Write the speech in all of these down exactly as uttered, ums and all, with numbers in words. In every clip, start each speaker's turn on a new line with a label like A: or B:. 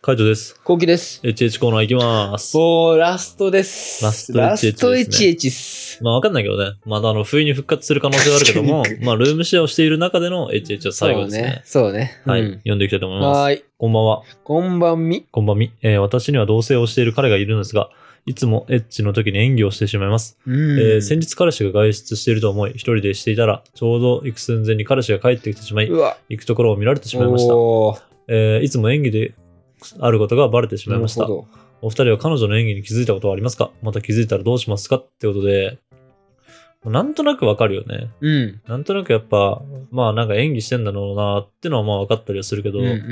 A: カイトです。
B: コウキです。
A: エイチエイチ コーナー行きまーす。
B: もう、ラストです。
A: ラスト エイチエイチ ですね。
B: ラスト エイチエイチ っす。
A: まあわかんないけどね。まだあの、不意に復活する可能性はあるけども、まあルームシェアをしている中での エイチエイチ は最後ですね。
B: そうね。そうね。
A: はい、
B: うん、
A: 読んでいきたいと思います。
B: はい。
A: こんばんは。
B: こんばんみ。
A: こんばんみ。えー、私には同棲をしている彼がいるのですが、いつもエッチの時に演技をしてしまいます。
B: うん
A: えー、先日彼氏が外出していると思い、一人でしていたら、ちょうど行く寸前に彼氏が帰ってきてしまい、
B: うわ
A: 行くところを見られてしまいました。えー、いつも演技であることがバレてしまいました。お二人は彼女の演技に気づいたことはありますか？また気づいたらどうしますかってことで、なんとなくわかるよね。
B: うん。
A: なんとなくやっぱ、まあなんか演技してんだろうなってのはまあ分かったりはするけど、
B: うんうんうん、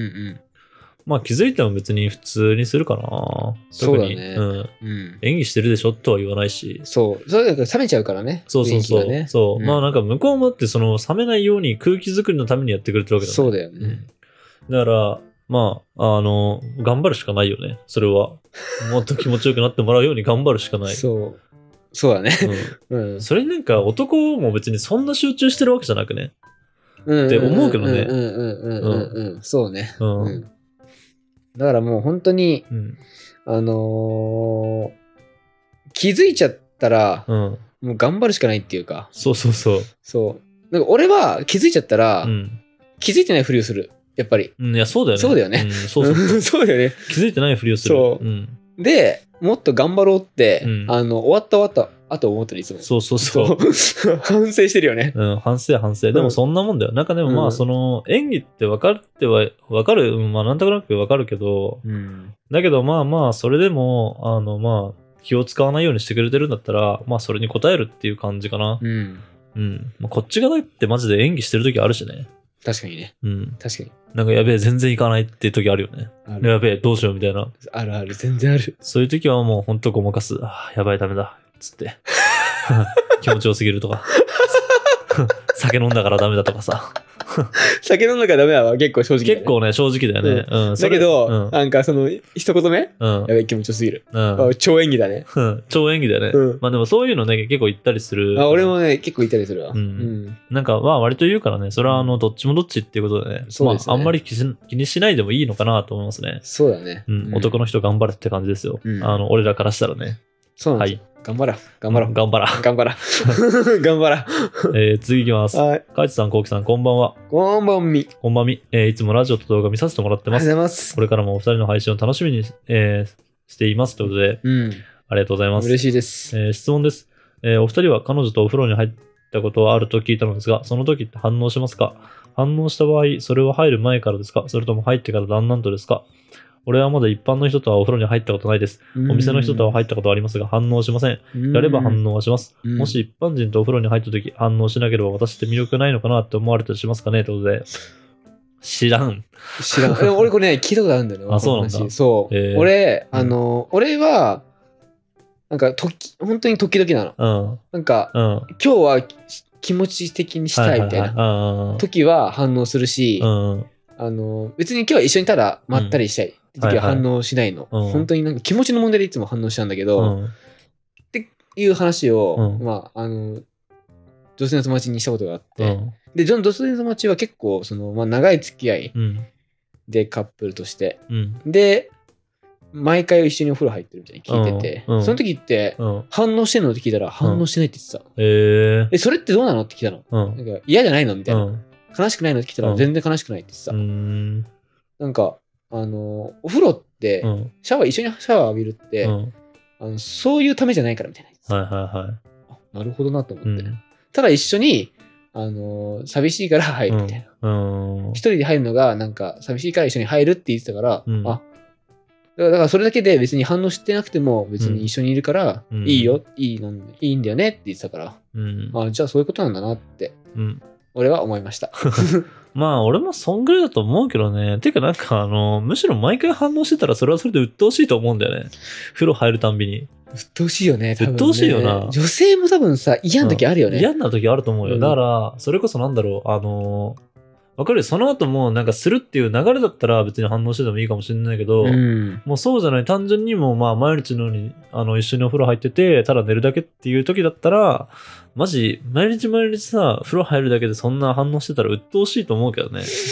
A: まあ気づいても別に普通にするかな。
B: そうだね。
A: うん。
B: うん、
A: 演技してるでしょとは言わないし。
B: そう。それだから冷めちゃうからね。
A: そうそうそう。ね、そう、うん。まあなんか向こうもってその冷めないように空気作りのためにやってくれてるわけだね。
B: そうだよね。うん、
A: だから、まあ、あの、頑張るしかないよね。それは。もっと気持ちよくなってもらうように頑張るしかない。
B: そう。そうだね。
A: うんうん、それになんか男も別にそんな集中してるわけじゃなくね。
B: うん、
A: って思うけどね。
B: うんうんうんうん。そうね。うんうん、だからもう本当に、うん、あのー、気づいちゃったら、うん、もう頑張るしかないっていうか。
A: そうそうそう。
B: そう。なんか俺は気づいちゃったら、うん、気づいてないふりをする。やっぱり。
A: うん、いや、そうだよね。
B: そうだよね。
A: うん、そうそうそう。
B: そうだよね。
A: 気づいてないふりをする。
B: そう。うん、で、もっと頑張ろうって、うん、あの、終わった終わった、あと思ったりいつも。
A: そうそうそう。
B: そう反省してるよね。
A: うん、反省反省。でもそんなもんだよ。なんかでもまあ、その、演技って分かっては、分かる、まあなんとなく分かるけど、うん、だけどまあまあ、それでも、あのまあ、気を使わないようにしてくれてるんだったら、まあそれに応えるっていう感じかな。うん。うん。まあ、こっちがだってマジで演技してる時あるしね。
B: 確かにね。うん。確かに。
A: なんかやべえ、全然いかないっていう時あるよね。やべえ、どうしようみたいな。
B: あるある、全然ある。
A: そういう時はもうほんとごまかす。ああ、やばい、ダメだ。つって。気持ちよすぎるとか。酒飲んだからダメだとかさ。
B: 酒飲んだからダメだわ、結構正直、ね。
A: 結構ね、正直だよね。うん。
B: うん、だけど、うん、なんかその、一言目、うん、やべえ、気持ちよすぎる。うん、超演技だね。
A: うん。超演技だよね。うん、まあでもそういうのね、結構言ったりする。
B: あ、俺もね、結構言ったりするわ。うん。うん、
A: なんかまあ割と言うからね、それはあの、どっちもどっちっていうことでね。そうですね。まああんまり気にしないでもいいのかなと思いますね。
B: そうだね。
A: うん。男の人頑張れって感じですよ。うん、あの、俺らからしたらね。
B: そうなんですよ。はい。頑張ら。頑張ろう。
A: 頑張ら。
B: 頑張ら。頑張ら。
A: えー、次いきます。はい。カイツさん、コウキさん、こんばんは。
B: こんばんみ。
A: こんばんみ。えー、いつもラジオと動画見させてもらってます。
B: ありがとうございます。
A: これからもお二人の配信を楽しみに、えー、しています。ということで、うん。ありがとうございます。
B: 嬉しいです。
A: えー、質問です。えー、お二人は彼女とお風呂に入ったことはあると聞いたのですが、その時って反応しますか？反応した場合、それは入る前からですか？それとも入ってからだんだんとですか？俺はまだ一般の人とはお風呂に入ったことないです。お店の人とは入ったことはありますが、反応しません。やれば反応はします。もし一般人とお風呂に入ったとき、反応しなければ私って魅力ないのかなって思われたりしますかねということで。知らん。
B: 知らん。俺これね、聞いたことあるんだよね。
A: あ、そうなんだ。
B: そう。えー、俺、あの、うん、俺は、なんか、とき、本当に時々なの。うん、なんか、うん、今日は気持ち的にしたいみたいな時は反応するし、うん、あの、別に今日は一緒にただまったりしたい。うん時は反応しないの、はいはい、本当になんか気持ちの問題でいつも反応しちゃうんだけど、うん、っていう話を、うん、まああの女性の友達にしたことがあって、うん、で女性の友達は結構その、まあ、長い付き合いで、うん、カップルとして、うん、で毎回一緒にお風呂入ってるみたいに聞いてて、うん、その時って、うん、反応してんのって聞いたら反応してないって言ってた、うんえー、えそれってどうなのって聞いたの、うん、なんか嫌じゃないのみたいな、うん、悲しくないのって聞いたら全然悲しくないって言ってた、うん、なんかあのお風呂ってシャワー、うん、一緒にシャワー浴びるって、うん、あのそういうためじゃないからみたいな、はいはいはい、あなるほどなと思って、うん、ただ一緒にあの寂しいから入るみたいな、うん、一人で入るのがなんか寂しいから一緒に入るって言ってたから、うん、あだからだからそれだけで別に反応してなくても別に一緒にいるから、うん、いいよいいのいいんだよねって言ってたから、うん、あじゃあそういうことなんだなって、うん、俺は思いました
A: まあ俺もそんぐらいだと思うけどね。てかなんかあの、むしろ毎回反応してたらそれはそれで鬱陶しいと思うんだよね。風呂入るたんびに。
B: 鬱陶しいよね、多分ね。
A: 鬱陶しいよな。
B: 女性も多分さ、嫌な時あるよね。
A: うん、嫌な時あると思うよ。うん、だから、それこそなんだろう、あの、わかるよ。その後もなんかするっていう流れだったら別に反応しててもいいかもしれないけど、うん、もうそうじゃない。単純にもうまあ毎日のようにあの一緒にお風呂入ってて、ただ寝るだけっていう時だったら、マジ、毎日毎日さ、風呂入るだけでそんな反応してたら鬱陶しいと思うけどね。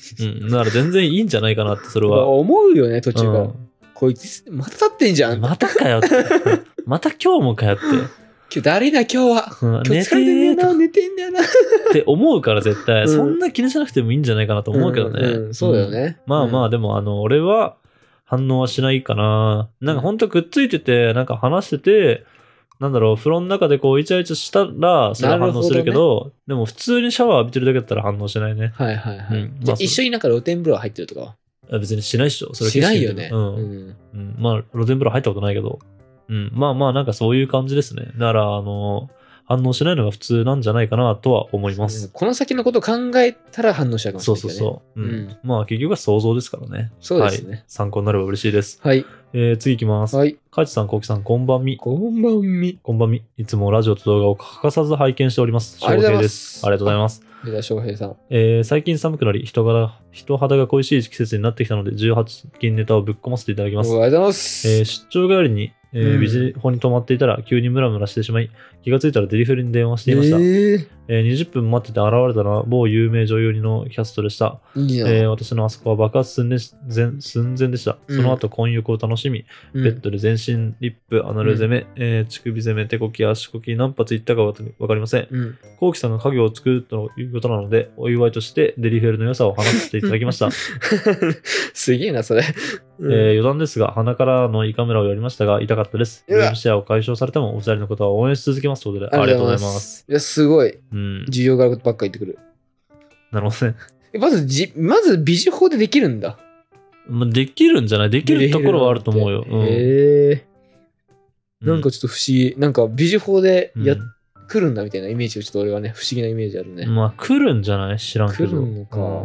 A: うん。だから全然いいんじゃないかなって、それは。
B: 思うよね、途中から。
A: うん、
B: こいつ、また立ってんじゃん。
A: またかよって。また今日もかよって。
B: 今日だるいな、今日は。
A: うん、
B: 今日疲れてんだよな、寝てんだよな。
A: って思うから絶対、
B: うん、
A: そんな気にしなくてもいいんじゃないかなと思うけどね。
B: うんうん、そうだよね。
A: うん、まあまあ、でも、あの、俺は反応はしないかな。なんかほんとくっついてて、なんか話してて、なんだろう、風呂の中でこうイチャイチャしたら、それは反応するけど、どね、でも普通にシャワー浴びてるだけだったら反応しないね。
B: はいはいはい。うん、
A: まあ、
B: 一緒になんか露天風呂入ってるとか
A: は別にしないっしょ。それ
B: しないよね。
A: うん。うんうん、まあ、露天風呂入ったことないけど。うん。まあまあ、なんかそういう感じですね。だから、あの、反応しないのが普通なんじゃないかなとは思います。
B: この先のことを考えたら反応しちゃうかもしれない、ね。そうそうそう。
A: うん。うん、まあ、結局は想像ですからね。
B: そうですね。
A: はい、参考になれば嬉しいです。
B: はい。
A: えー、次行きます。
B: はい。
A: かいちさん、こうきさん、こんばんみ。
B: こんばんみ。
A: こんばんみ。いつもラジオと動画を欠かさず拝見しております。翔平です。ありがとうございます。
B: 翔平さん。
A: えー、最近寒くなり人柄、人肌が恋しい季節になってきたので、じゅうはち禁ネタをぶっ込ませていただきます。
B: ありがとうございます。
A: えー、出張帰りに、えー、ビジホに泊まっていたら急にムラムラしてしまい、気がついたらデリフェルに電話していました。えーえー、にじゅっぷん待ってて現れたのは某有名女優のキャストでした。
B: いい
A: えー、私のあそこは爆発寸前寸前でした。その後、混浴を楽しみ、うん、ベッドで全身リップ、アナル攻め、うんえー、乳首攻め、手こき、足こき、何発いったかはわかりません。うん、コウキさんが家業を作るということなので、お祝いとしてデリフェルの良さを話していただきました。
B: すげえな、それ。
A: うん、えー、余談ですが、鼻からの胃カメラをやりましたが、痛かったです。ルームシェアを解消されても、お二人のことは応援し続けますということで、ありがとうございます。
B: いや、すごい。
A: うん、
B: 需要があることばっかり言ってくる。
A: なるほどね。
B: まずじ、まず美女法でできるんだ。
A: まあ、できるんじゃないできるところはあると思うよ。うん、へ
B: え。なんかちょっと不思議。なんか美女法でや、うん、来るんだみたいなイメージをちょっと俺はね、不思議なイメージあるね。
A: まあ来るんじゃない知らんけど。
B: 来るのか。うん、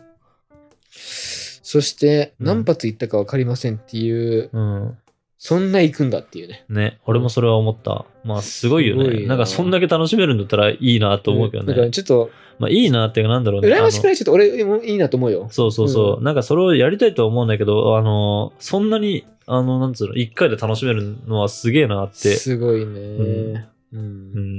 B: そして、何発いったか分かりませんっていう、うん、そんな行くんだっていうね。
A: ね、俺もそれは思った。まあすごいよね。な, なんかそんだけ楽しめるんだったらいいなと思うけどね。
B: だからちょっと、
A: まあいいなっていうかなんだろうね。
B: 羨ましくないちょっと俺もいいなと思うよ。
A: そうそうそう。うん、なんかそれをやりたいと思うんだけど、あの、そんなに、あの、なんつうの、一回で楽しめるのはすげえなって。
B: すごいね。うん
A: うん、うん、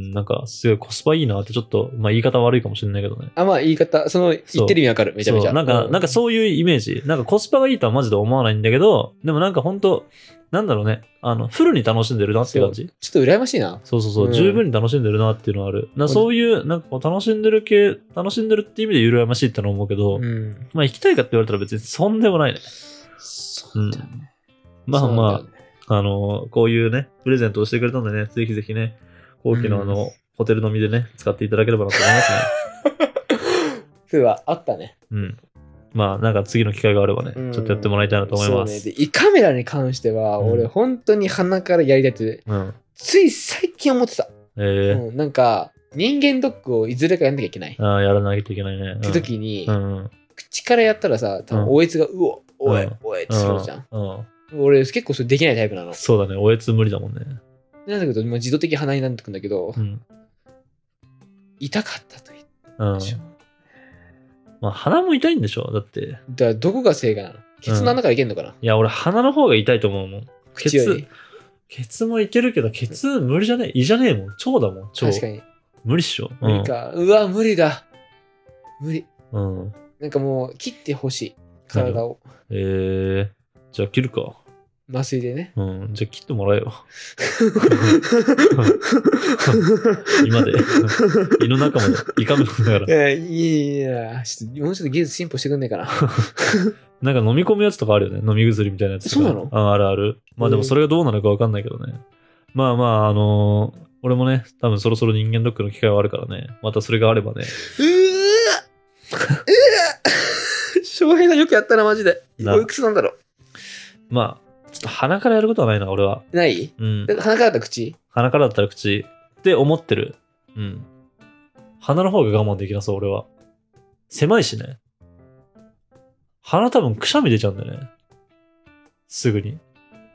A: なんか、すごいコスパいいなって、ちょっと、まあ言い方悪いかもしれないけどね。
B: あ、まあ言い方、その、言ってる意味わかる、めちゃめちゃ。
A: なんか、うん、なんかそういうイメージ。なんかコスパがいいとはマジで思わないんだけど、でもなんかほんと、なんだろうね、あの、フルに楽しんでるなって感じ。
B: ちょっと羨ましいな。
A: そうそうそう、うん、十分に楽しんでるなっていうのはある。なそういう、なんかこう楽しんでる系、楽しんでるっていう意味で羨ましいってのは思うけど、うん、まあ行きたいかって言われたら別にそんでもないね。
B: そうだよね。
A: うん、まあまあ、あの、こういうね、プレゼントをしてくれたんでね、ぜひぜひね、後期のあの、うん、ホテル飲みでね、使っていただければなと思います
B: ね。そうはあったね。
A: うん。まあ、なんか次の機会があればね、うん、ちょっとやってもらいたいなと思います。
B: そうね。で、胃カメラに関しては、うん、俺本当に鼻からやりたいって、うん、つい最近思ってた。えーうん、なんか、人間ドックをいずれかやんなきゃいけない。
A: ああ、やらないといけないね。
B: って時に、うんうん、口からやったらさ、多分おえつが、うお、おえ、おえってするじゃん。うんうん、俺結構それできないタイプなの。
A: そうだね、おえつ無理だもんね。
B: なんだけど、自動的に鼻になってくんだけど、うん、痛かったと言って。うん
A: まあ、鼻も痛いんでしょだって。
B: だからどこが正解なの？ケツの穴からいけんのかな、うん、
A: いや、俺鼻の方が痛いと思うもん。
B: 口より
A: ケツもいけるけど、ケツ無理じゃねえ胃じゃねえもん。腸だもん。腸。
B: 確かに。
A: 無理っしょ。
B: 無理か。うん、うわ、無理だ。無理。うん。なんかもう、切ってほしい。体を。
A: えー、じゃあ切るか。
B: 麻酔でね。
A: うん。じゃあ切ってもらえよ。今で。胃の中まで胃カメラだから。
B: いや、いや、ちょっともうちょっと技術進歩してくんねえかな。
A: なんか飲み込むやつとかあるよね。飲み薬みたいなやつとか。
B: そうなの？
A: あ、あるある。まあでもそれがどうなるかわかんないけどね。まあまあ、あのー、俺もね、多分そろそろ人間ドックの機会はあるからね。またそれがあればね。
B: うーわうわ翔平さんよくやったな、マジで。おいくつなんだろう。
A: まあ、ちょっと鼻からやることはないな、俺は。
B: ない？うん。鼻からだったら口？
A: 鼻からだったら口って思ってる。うん。鼻の方が我慢できなそう、俺は。狭いしね。鼻多分くしゃみ出ちゃうんだよね。すぐに。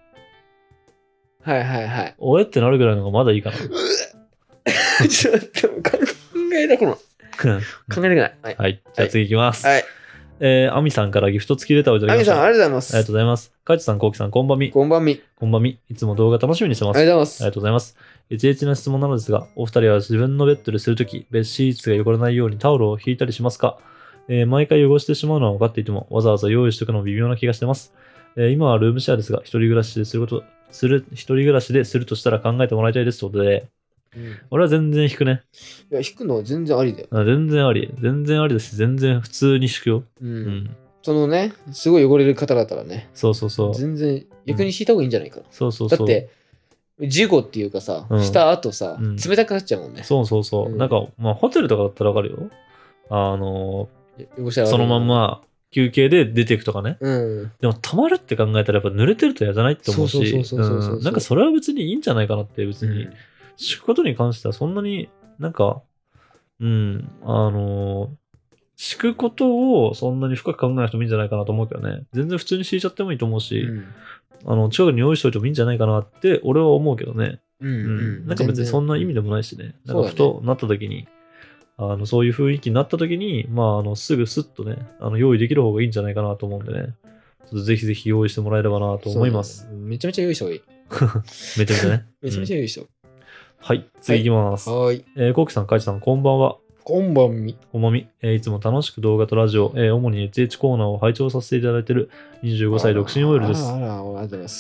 B: はいはいはい。
A: おえってなるぐらいのがまだいいかな。
B: ちょっと考えたくない。考えたくない。
A: はい。はい、じゃあ次いきます。
B: はい。
A: えー、アミさんからギフト付きレターをいただきました。
B: アミさん、ありがとうございます。
A: ありがとうございます。カイチさん、コウキさん、こんばんみ。
B: こんばんみ。
A: こんばんみ。いつも動画楽しみにしてます。
B: ありがとうございます。
A: ありがとうございます。エチエチな質問なのですが、お二人は自分のベッドでするとき、ベッドシーツが汚れないようにタオルを引いたりしますか？ えー毎回汚してしまうのは分かっていても、わざわざ用意しておくのも微妙な気がしてます。えー今はルームシェアですが、一人暮らしですること、する、一人暮らしでするとしたら考えてもらいたいですということで、
B: うん、
A: 俺は全然引くね。
B: いや、引くのは全然ありだよ。
A: あ全然あり。全然ありだし、全然普通に引くよ。
B: うん。
A: うん。
B: そのね、すごい汚れる方だったらね。
A: そうそうそう。
B: 全然、逆に引いた方がいいんじゃないかな。
A: うん、そうそうそう。
B: だって、事故っていうかさ、うん、した後さ、うん、冷たくなっちゃうもんね。
A: そうそうそう。うん、なんか、まあ、ホテルとかだったらわかるよ。あの
B: ー、
A: そのまんま休憩で出ていくとかね。
B: うん。
A: でも、溜まるって考えたらやっぱ濡れてると嫌じゃないって思うし、なんかそれは別にいいんじゃないかなって、別に。敷くことに関してはそんなになんか、うん、あのー、敷くことをそんなに深く考えなくてもいいんじゃないかなと思うけどね。全然普通に敷いちゃってもいいと思うし、うん、あの、近くに用意しといてもいいんじゃないかなって俺は思うけどね。
B: うん、うん。
A: なんか別にそんな意味でもないしね。なんかふとなった時に、あの、そういう雰囲気になった時に、まあ、あの、すぐスッとね、あの、用意できる方がいいんじゃないかなと思うんでね。ちょっとぜひぜひ用意してもらえればなと思います。
B: ね、めちゃめちゃ用意した方がいい。
A: めちゃめちゃね。
B: めちゃめちゃ用意した。うん、
A: はい、次いきます。
B: はい。
A: えー、コウキさん、カイチさん、こんばんは。
B: こんばんみ。
A: こんばんみ。えー、いつも楽しく動画とラジオ、えー、主に エイチエイチ コーナーを拝聴させていただいているにじゅうごさい独身 オーエル です。
B: あら、あら、ありがとうございます。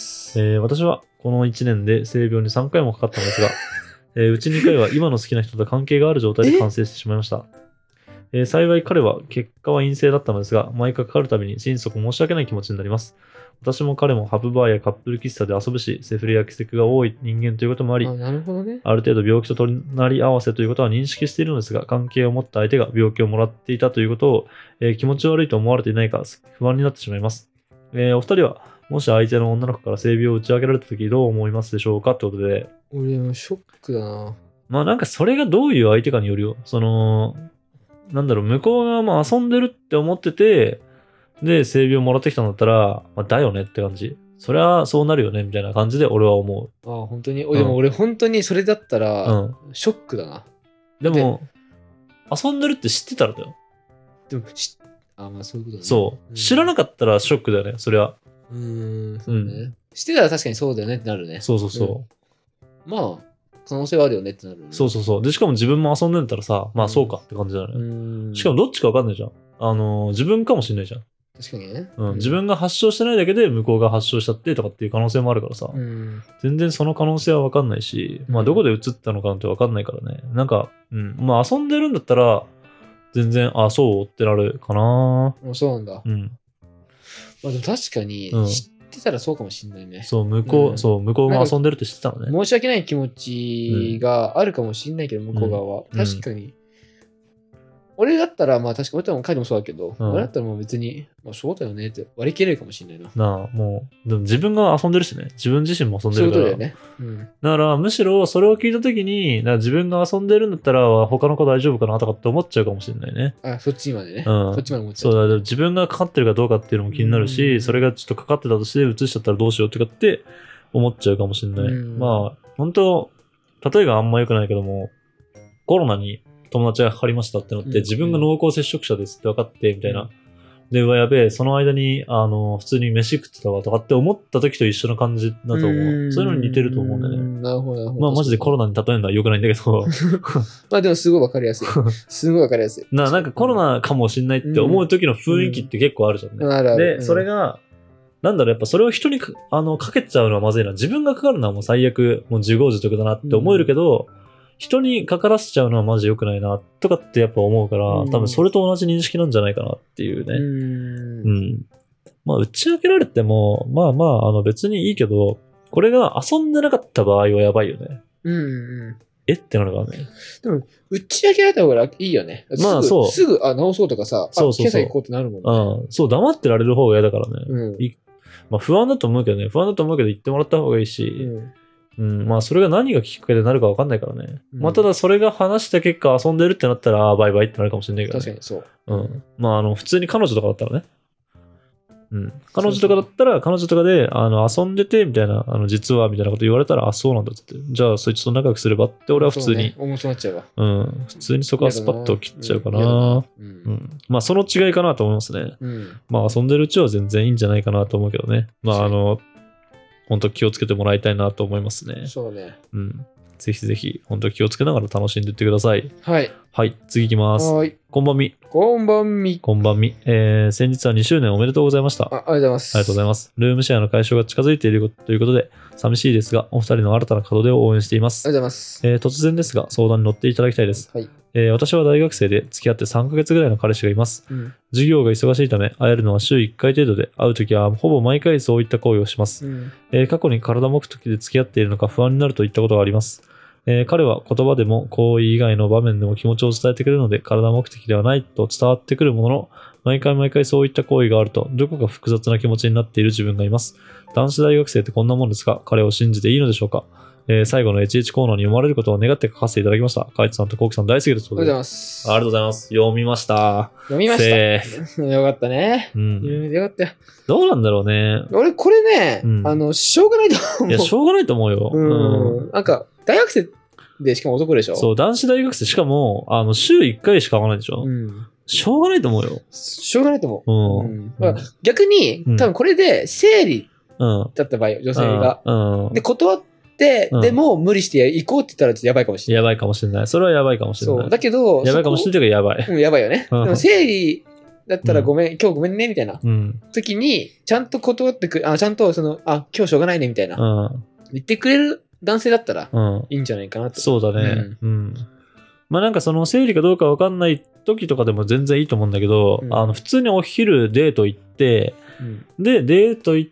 A: えー、私はこのいちねんで性病にさんかいもかかったのですが、えー、うちにかいは今の好きな人と関係がある状態で完成してしまいました。えー、幸い彼は結果は陰性だったのですが、毎回かかるたびに心底申し訳ない気持ちになります。私も彼もハブバーやカップル喫茶で遊ぶし、セフレや奇跡が多い人間ということもあり、
B: あ、なるほどね、
A: ある程度病気と隣り合わせということは認識しているのですが、関係を持った相手が病気をもらっていたということを、えー、気持ち悪いと思われていないか不安になってしまいます。えー、お二人は、もし相手の女の子から性病を打ち明けられたときどう思いますでしょうかってことで。
B: 俺もショックだな。
A: まあなんかそれがどういう相手かによるよ。その、なんだろう、向こう側も遊んでるって思ってて、で、性病もらってきたんだったら、まあ、だよねって感じ。それはそうなるよねみたいな感じで俺は思
B: う。ああ、本当に。うん、でも俺本当にそれだったら、うん、ショックだな。
A: でも、遊んでるって知ってたらだよ。
B: でも、しあ、まあそういうことだね。
A: そう、うん。知らなかったらショックだよね、それは。
B: うーん、そうね、うん。知ってたら確かにそうだよねってなるね。
A: そうそうそう。
B: うん、まあ、可能性はあるよねってなる、ね。
A: そうそうそう。で、しかも自分も遊んでたらさ、まあそうかって感じだよね。うん、しかもどっちかわかんないじゃん。あのー、自分かもしんないじゃん。
B: 確かにね、
A: うん。自分が発症してないだけで向こうが発症しちゃってとかっていう可能性もあるからさ。うん、全然その可能性はわかんないし、まあどこで移ったのかなんてわかんないからね。なんか、うん。まあ遊んでるんだったら、全然、あ、そうってなるかな。
B: あ、そうなんだ。
A: うん。
B: まあでも確かに、うん、知ってたらそうかもしんないね。
A: そう、向こう、うん、そう、向こうが遊んでるって知ってたのね。
B: 申し訳ない気持ちがあるかもしんないけど、向こう側は。うん、確かに。俺だったら、まあ確かに、俺も書いてもそうだけど、うん、俺だったらもう別に、まあそうだよねって割り切れるかもしれないな。
A: なあ、もう、でも自分が遊んでるしね。自分自身も遊んでるから。
B: そういうことだよね。うん、
A: だからむしろそれを聞いたときに、自分が遊んでるんだったら他の子大丈夫かなとかって思っちゃうかもしれないね。
B: あ、そっちまでね。
A: うん、
B: そっちまで思っちゃう。
A: そうだ、自分がかかってるかどうかっていうのも気になるし、うん、それがちょっとかかってたとして移しちゃったらどうしようとかって思っちゃうかもしれない。うん、まあ、本当例えがあんま良くないけども、コロナに友達がかかりましたってのって、うん、自分が濃厚接触者ですって分かって、みたいな。うん、で、うわ、やべえ、その間に、あの、普通に飯食ってたわとかって思った時と一緒の感じだと思う。うそういうのに似てると思うんだよね。
B: なるほど、なるほど。
A: まあ、マジでコロナに例えるのは良くないんだけど。
B: まあ、でもすごい分かりやすい。すごい分かりやすい。
A: な、なんかコロナかもしんないって思う時の雰囲気って結構あるじゃんね。うん、あるある。で、それが、なんだろう、やっぱそれを人にかあのかけちゃうのはまずいな。自分がかかるのはもう最悪、もう自業自得だなって思えるけど、うん、人にかからせちゃうのはマジ良くないなとかってやっぱ思うから、うん、多分それと同じ認識なんじゃないかなっていうね。うん。うん、まあ打ち明けられても、まあまあ、あの別にいいけど、これが遊んでなかった場合はやばいよね。
B: うんうん。
A: えってなるからね。
B: でも、打ち明けられた方がいいよね。
A: まあそう。
B: すぐ、あ、直そうとかさ、
A: そうそうそう。
B: 検査行こうってなるもん
A: ね。うん。そう、黙ってられる方が嫌だからね。うん。まあ不安だと思うけどね。不安だと思うけど言ってもらった方がいいし。うんうん、まあそれが何がきっかけでなるか分かんないからね。うん、まあただそれが話した結果遊んでるってなったら、あバイバイってなるかもしれないけど、ね。
B: 確かにそう。
A: うん。まああの普通に彼女とかだったらね。うん。彼女とかだったら、そうそう彼女とかであの遊んでてみたいな、あの実はみたいなこと言われたら、あ、そうなんだって。じゃあそいつと仲良くすればって俺は普通に。
B: そうね、面白くなっちゃうわ。
A: うん。普通にそこはスパッと切っちゃうかな。なうん、うん。まあその違いかなと思いますね。うん、まあ遊んでるうちは全然いいんじゃないかなと思うけどね。まああの、本当気をつけてもらいたいなと思いますね。
B: そうね。
A: うん。ぜひぜひ、本当気をつけながら楽しんでいってください。
B: はい。
A: はい、次行きます。
B: はい。
A: こんばんみ。
B: こんばんみ。
A: こんばんみ。えー、先日はにしゅうねんおめでとうございました。
B: あ、ありがとうございます。
A: ありがとうございます。ルームシェアの解消が近づいているということで、寂しいですが、お二人の新たな門出を応援しています。
B: ありがとうございます。
A: えー、突然ですが、相談に乗っていただきたいです。
B: はい。
A: えー、私は大学生で付き合ってさんかげつぐらいの彼氏がいます。
B: うん、
A: 授業が忙しいため、会えるのは週いっかい程度で、会うときはほぼ毎回そういった行為をします。
B: うん
A: えー、過去に体目的で付き合っているのか不安になるといったことがあります。えー、彼は言葉でも行為以外の場面でも気持ちを伝えてくれるので体目的ではないと伝わってくるものの、毎回毎回そういった行為があるとどこか複雑な気持ちになっている自分がいます。男子大学生ってこんなもんですか？彼を信じていいのでしょうか？えー、最後の エイチエイチ コーナーに読まれることを願って書かせていただきました。カイツさんとコウキさん大好きです。
B: ありがとうございます。
A: ありがとうございます。読みました。
B: 読みました。よかったね。
A: うん。
B: よかったよ。
A: どうなんだろうね。
B: 俺これね、
A: うん、
B: あの、しょうがないと思う。
A: いや、しょうがないと思うよ。
B: うん。うん、なんか、大学生で、しかも男でしょ？
A: そう、男子大学生、しかも、あの、週いっかいしか会わないでしょ？うん。しょうがないと思うよ。
B: しょうがないと思う。
A: うん。
B: うんまあ、逆に、多分これで、生理だった場合、女性が。
A: うん。
B: で、断って、でも無理して行こうって言ったらちょっとやばいかもしれない。
A: やばいかもしれない。それはやばいかもしれない。
B: そう。だけど、
A: やばいかもしれないけどやばい。
B: うん、やばいよね。でも生理だったらごめん、今日ごめんね、みたいな。
A: うん。時
B: に、ちゃんと断ってく、あ、ちゃんとその、あ、今日しょうがないね、みたいな。うん。言ってくれる男性だったら、いいんじゃないかなと。
A: そうだね。うん。まあなんかその生理かどうかわかんない時とかでも全然いいと思うんだけど、あの普通にお昼デート行って、で、デート行って、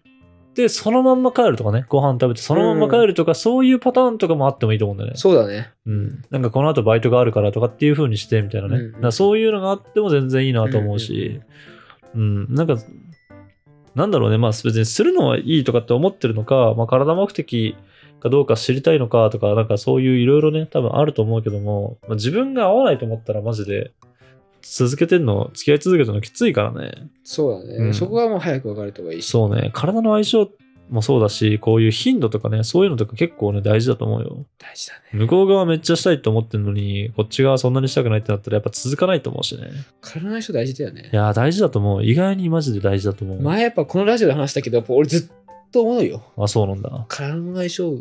A: そのまんま帰るとかね、ご飯食べてそのまんま帰るとか、そういうパターンとかもあってもいいと思うんだよね。
B: そうだね。
A: うん。なんかこの後バイトがあるからとかっていう風にしてみたいなね。だからそういうのがあっても全然いいなと思うし、うん。なんか、なんだろうね、まあ別にするのはいいとかって思ってるのか、まあ体目的かどうか知りたいのかとか、なんかそういういろいろね、多分あると思うけども、まあ、自分が合わないと思ったらマジで続けてんの、付き合い続けてるのきついからね。そうだね。うん、そこはもう早く別れた方がいいし。そうね。体の相性もそうだし、こういう頻度とかね、そういうのとか結構ね、大事だと思うよ。大事だね。向こう側めっちゃしたいと思ってるのに、こっち側そんなにしたくないってなったらやっぱ続かないと思うしね。体の相性大事だよね。いや、大事だと思う。意外にマジで大事だと思う。前やっぱこのラジオで話したけど、やっぱ俺ずっと思うよ。あ、そうなんだ。体の相性って、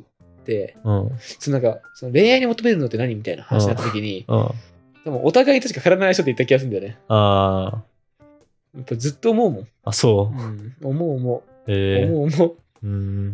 A: うん。そのなんか、その恋愛に求めるのって何みたいな話になった時に、うん。でもお互い確か体の相性って言った気がするんだよね。ああ。やっぱずっと思うもん。あ、そう。うん。思う思う。えー、思う思う。うん。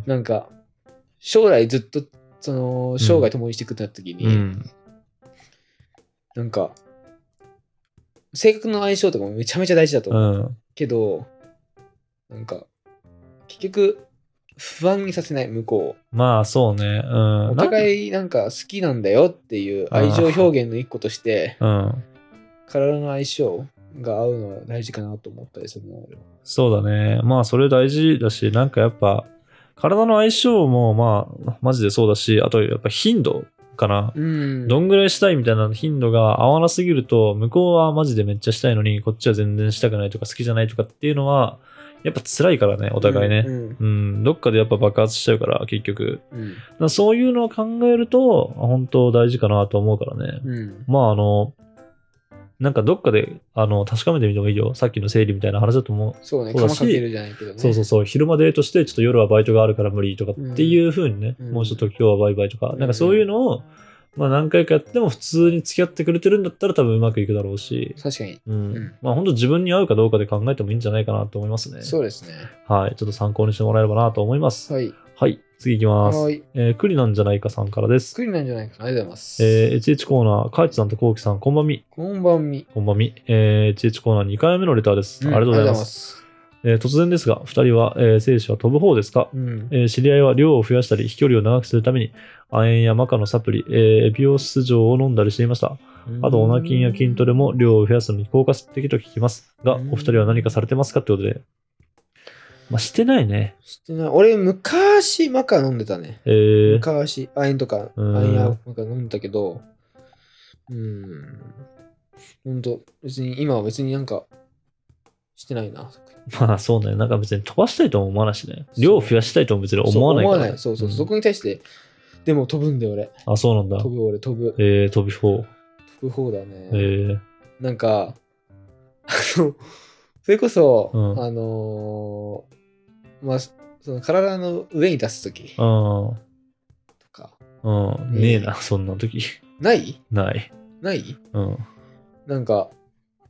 A: なんか、将来ずっと、その、生涯共にしていくってなった時に、うん、なんか、性格の相性とかもめちゃめちゃ大事だと思う。うん、けど、なんか、結局、不安にさせない向こう。まあそうね。うん、お互いなんか好きなんだよっていう愛情表現の一個として、うん、体の相性が合うのは大事かなと思ったりするの。そうだね。まあそれ大事だし、なんかやっぱ、体の相性もまあマジでそうだし、あとやっぱ頻度かな、うん、どんぐらいしたいみたいな頻度が合わなすぎると、向こうはマジでめっちゃしたいのにこっちは全然したくないとか好きじゃないとかっていうのはやっぱ辛いからね、お互いね、うんうんうん、どっかでやっぱ爆発しちゃうから結局、うん、だそういうのを考えると本当大事かなと思うからね、うん、まああのなんかどっかであの確かめてみてもいいよ。さっきの生理みたいな話だと思う。そうね、かまかけるじゃないけどね。そうそうそう。昼間デートして、ちょっと夜はバイトがあるから無理とかっていう風にね、うん、もうちょっと今日はバイバイとか、うん、なんかそういうのを、まあ何回かやっても普通に付き合ってくれてるんだったら多分うまくいくだろうし。確かに。うん。うん、まあ本当自分に合うかどうかで考えてもいいんじゃないかなと思いますね。そうですね。はい。ちょっと参考にしてもらえればなと思います。はい。はい。次行きます。はい。えー、クリなんじゃないかさんからです。クリなんじゃないかさん、ありがとうございます。えー、エイチエイチ コーナー、カイチさんとコウキさん、こんばんみ。こんばんみ。こんばんみ。えー、エイチエイチ コーナーにかいめのレターです。うん、ありがとうございます。えー、突然ですが、ふたりは、えー、精子は飛ぶ方ですか、うんえー、知り合いは量を増やしたり、飛距離を長くするために、亜鉛やマカのサプリ、えー、エピオス錠を飲んだりしていました。あと、オナキンや筋トレも量を増やすのに効果的と聞きますが、お二人は何かされてますかってことで。まあ、してないね。してない。俺、昔、マカ飲んでたね。えー、昔、亜鉛とか、亜鉛やマカ飲んだけど、うーん。ほんと、別に、今は別になんか、してないな。まあ、そうね。なんか別に飛ばしたいとも思わないしね。量を増やしたいとも別に思わないから、ね。思わない。そうそう、うん、そこに対して、でも飛ぶんだよ、俺。あ、そうなんだ。飛ぶ、俺、飛ぶ。えー、飛び方。飛ぶ方だね。えー、なんか、あの、それこそ、うん、あのー、まあ、その体の上に出すときとか。うん。ねえな、そんなとき。ないないないうん。なんか、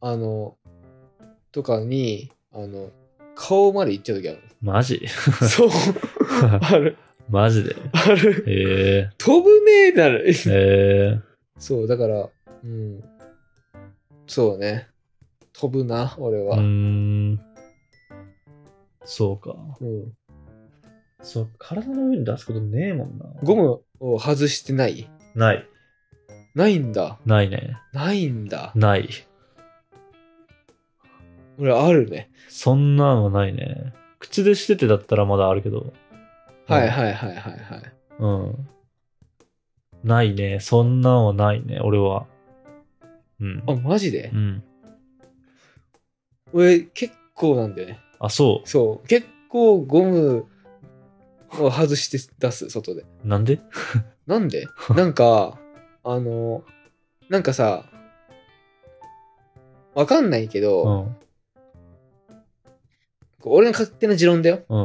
B: あの、とかに、あの、顔まで行っちゃう時ある。
A: マジ
B: そう。ある。
A: マジで
B: ある。
A: へえ。
B: 飛ぶねーってなる。
A: へえ。
B: そう、だから、うん。そうね。飛ぶな、俺は。
A: うーん。そうか。
B: うん。
A: そう、体の上に出すことねえもんな。
B: ゴムを外してない
A: ない。
B: ないんだ。
A: ないね。
B: ないんだ。
A: ない。
B: 俺、あるね。
A: そんなんはないね。口でしててだったらまだあるけど。
B: はいはいはいはいはい。
A: うん。ないね。そんなんはないね、俺は。うん。
B: あ、マジで
A: うん。
B: 俺、結構なんだよね。
A: あ、そ
B: う。そう。結構ゴムを外して出す、外で。
A: なんで
B: なんでなんか、あの、なんかさ、わかんないけど、うん、俺の勝手な持論だよ。うん。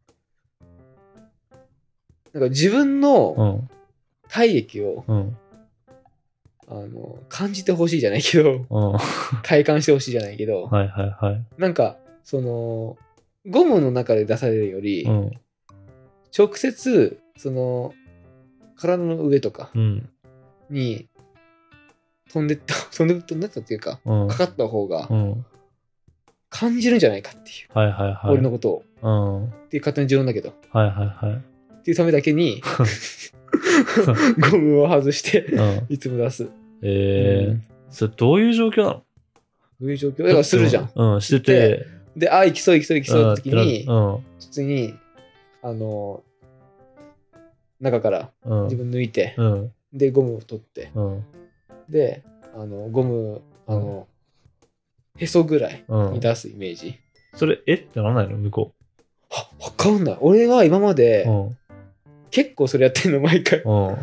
B: なんか自分の体液を、うん、あの感じてほしいじゃないけど、うん、体感してほしいじゃないけど、はいはいはい。なんか、その、ゴムの中で出されるより、うん、直接、その、体の上とかに飛んでった、飛んで飛んでったっていうか、うん、かかった方が、感じるんじゃないかっていう。はいはいはい。俺のことを。うん、っていう勝手な持論だけど。はいはいはい。っていうためだけに、ゴムを外して、うん、いつも出す。
A: えー、うん、それどういう状況なの？ど
B: ういう状況だからするじゃん。
A: うん、してて。
B: で、あ、行きそう行きそう行きそうって時に、うん、普通に、あの、中から自分抜いて、うん、で、ゴムを取って、うん、で、あの、ゴム、あの、へそぐらいに出すイメージ。
A: うん、それ、えってならないの向こう。
B: は、わかんない。俺は今まで、うん、結構それやってんの、毎回。うん、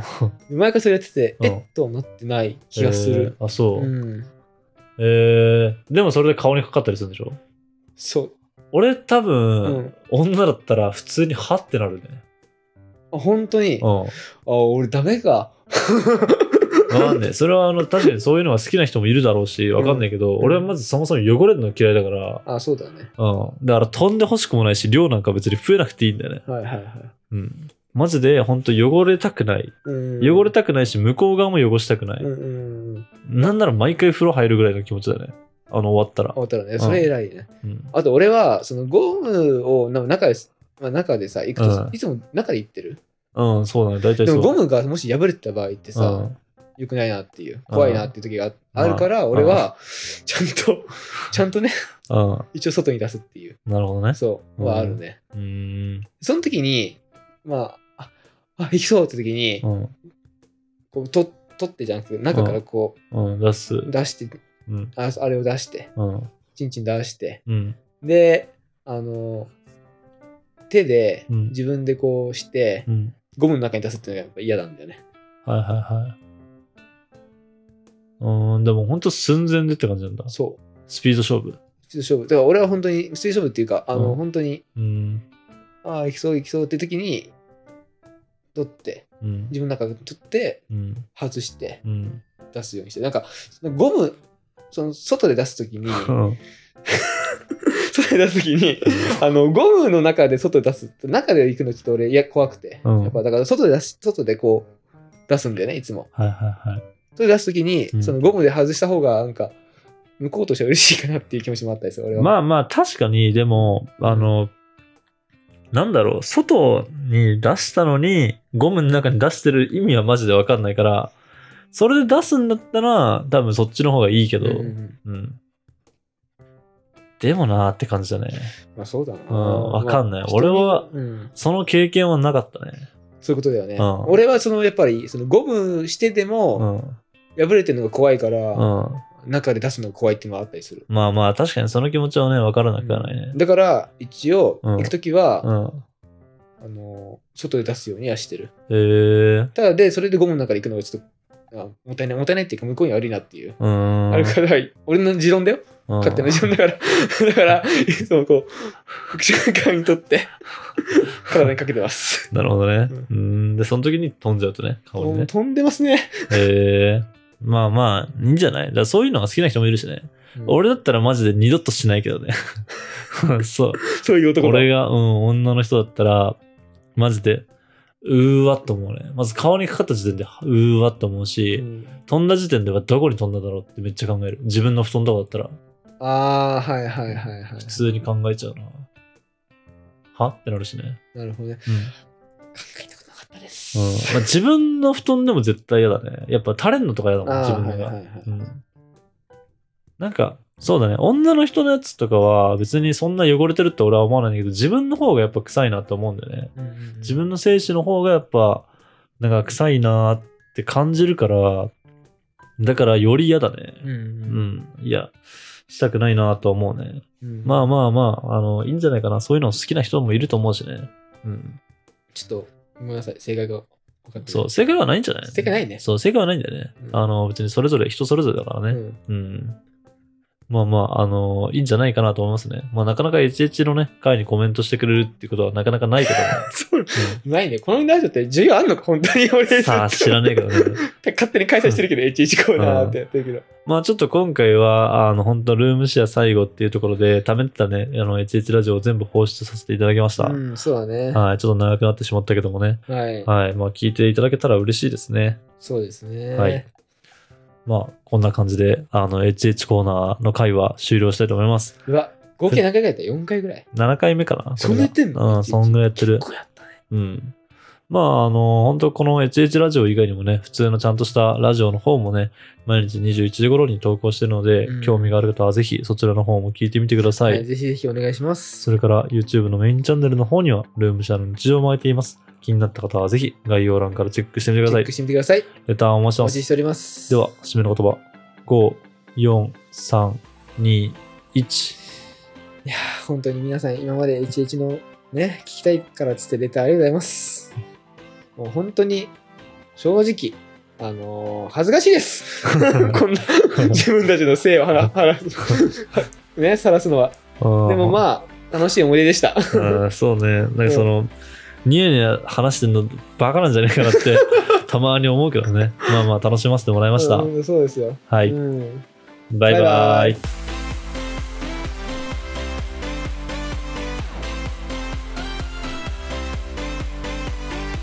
B: 毎回それやってて、うん、えっとなってない気がする。
A: えー、あ、そう。うん、えー、でもそれで顔にかかったりするんでしょ？そう。俺多分、うん、女だったら普通にハッてなるね。
B: あ、本当に？うん。あ、俺ダメか。
A: わかんねえ。それはあの確かにそういうのが好きな人もいるだろうし、わかんないけど、うん、俺はまずそもそも汚れるの嫌いだから。
B: あ、そうだね。
A: うん。だから飛んでほしくもないし、量なんか別に増えなくていいんだよね。はいはいはい。うん。マジで本当汚れたくない。うん、汚れたくないし、向こう側も汚したくない。うんうんうん、なんなら毎回風呂入るぐらいの気持ちだね。あの終わったら。
B: 終わったらね。それ偉いね。うん、あと俺は、そのゴムを中で、まあ、中でさ、行くと、うん、いつも中で行ってる。
A: うん、そうだね。大体そう。
B: でもゴムがもし破れてた場合ってさ、うん、良くないなっていう、怖いなっていう時があるから、俺は、ちゃんと、ちゃんとね、一応外に出すっていう。
A: なるほどね。
B: そう、はあるね。うん。その時に、まあ、あ、行きそうって時に、こう、と、取ってじゃなくて、中からこう、
A: 出す。
B: 出して、ああれを出して、チンチン出して、で、あの、手で自分でこうして、ゴムの中に出すっていうのがやっぱ嫌なんだよね。
A: はいはいはい。うん、でも本当寸前でって感じなんだ。そう。スピード勝負。
B: スピード勝負。だから俺は本当に、スピード勝負っていうか、あの、うん、本当に、うん、ああ、行きそう行きそうって時に、取って、うん、自分の中で取って、うん、外して、うん、出すようにして。なんか、ゴム、その、外で出す時に、外で出す時に、あの、ゴムの中で外で出す、中で行くのちょっと俺、いや、怖くて。うん、やっぱ、だから外で出し、外でこう、出すんだよね、いつも。はいはいはい。それ出すときに、うん、そのゴムで外した方が、なんか、向こうとしては嬉しいかなっていう気持ちもあったですよ、俺は。
A: まあまあ、確かに、でも、あの、うん、なんだろう、外に出したのに、ゴムの中に出してる意味はマジでわかんないから、それで出すんだったら、多分そっちの方がいいけど、うん、うん。でもなーって感じだね。
B: まあそうだな。
A: うん、わかんない。まあ、俺は、その経験はなかったね。
B: そういうことだよね。うん、俺はそのやっぱりそのゴムしてでも破れてるのが怖いから、うん、中で出すのが怖いっていうのがあったりする。
A: まあまあ確かにその気持ちはね分からなくはないね。
B: うん、だから一応行くときは、うん、あの外で出すようにはしてる。へえ。ただでそれでゴムの中で行くのがちょっとあもったいないもったいないっていうか向こうに悪いなっていう。うん、あるから俺の持論だよ。勝手な持論だからだからいつもこう口間に取って体にかけてます。
A: なるほどね。うん、でその時に飛んじゃうとね顔にね。
B: 飛んでますね。
A: へえ。まあまあいいんじゃない。だからそういうのが好きな人もいるしね。
B: うん、
A: 俺だったらマジで二度としないけどね。そう。
B: そういう男だ。
A: 俺が、うん、女の人だったら、マジで、うーわっと思うね。まず顔にかかった時点で、うーわっと思うし、うん、飛んだ時点ではどこに飛んだだろうってめっちゃ考える。自分の布団とかだったら。
B: ああ、はいはいはいはい。
A: 普通に考えちゃうな。はってなるしね。
B: なるほどね。
A: うん、
B: 考えたことなかったです。
A: うんまあ、自分の布団でも絶対嫌だね。やっぱ垂れんのとか嫌だもん、自分のが。はいはいはいうん、なんか、そうだね。女の人のやつとかは別にそんな汚れてるって俺は思わないんだけど、自分の方がやっぱ臭いなって思うんだよね。うんうんうん、自分の精子の方がやっぱ、なんか臭いなって感じるから、だからより嫌だね。うん、うんうん。いや、したくないなと思うね。うん、まあまあまあ、あの、いいんじゃないかな。そういうの好きな人もいると思うしね。うん。
B: ちょっと、ごめんなさい。正解が分かってない。
A: そう、正解はないんじゃない
B: 正解ないね。
A: そう、正解はないんだよね。うん、あの、別にそれぞれ、人それぞれだからね。うん。うんまあまあ、あのー、いいんじゃないかなと思いますね。まあなかなか エイチエイチ のね、回にコメントしてくれるっていうことはなかなかないけども。
B: そう、うん、ないね。このラジオって需要あんのか本当に俺。
A: さあ、知らねえけどね。
B: 勝手に開催してるけど、エイチエイチ コーナーってやってるけど。
A: まあちょっと今回は、あの、本当ルームシェア最後っていうところで、貯めてたね、あの、エイチエイチ ラジオを全部放出させていただきました。
B: うん、そうだね。
A: はい、ちょっと長くなってしまったけどもね。はい。はい、まあ聞いていただけたら嬉しいですね。
B: そうですね。
A: はい。まあ、こんな感じで、あの、エイチエイチ コーナーの回は終了したいと思います。
B: うわ、合計何回かやった ?よん 回ぐらい ?
A: なな 回目かな。
B: そんなやってんの
A: うん、そんぐらいやってる。
B: 結構やったね。
A: うん。まあ、あの、本当この エイチエイチ ラジオ以外にもね、普通のちゃんとしたラジオの方もね、毎日にじゅういちじ頃に投稿してるので、うん、興味がある方はぜひそちらの方も聞いてみてください。はい、
B: ぜひぜひお願いします。
A: それから YouTube のメインチャンネルの方には、ルームシェアの日常も上げています。気になった方はぜひ概要欄からチェックしてみてください。
B: チェックしてみてください。
A: レターお待ちしてます。
B: お待ちしております。
A: では、締めの言葉。ご、よん、さん、に、いち。
B: いやー、本当に皆さん今まで エイチエイチ のね、聞きたいからつってレターありがとうございます。もう本当に、正直、あのー、恥ずかしいです。こんな自分たちの性をはら、はら、ね、晒すのは。でもまあ、楽しい思い出でした。
A: あそうね。なんかその、ニヤニヤ話してんのバカなんじゃないかなってたまに思うけどね。まあまあ楽しませてもらいました。
B: うん、そうですよ。
A: はい。うん、バイバイ。バイバイ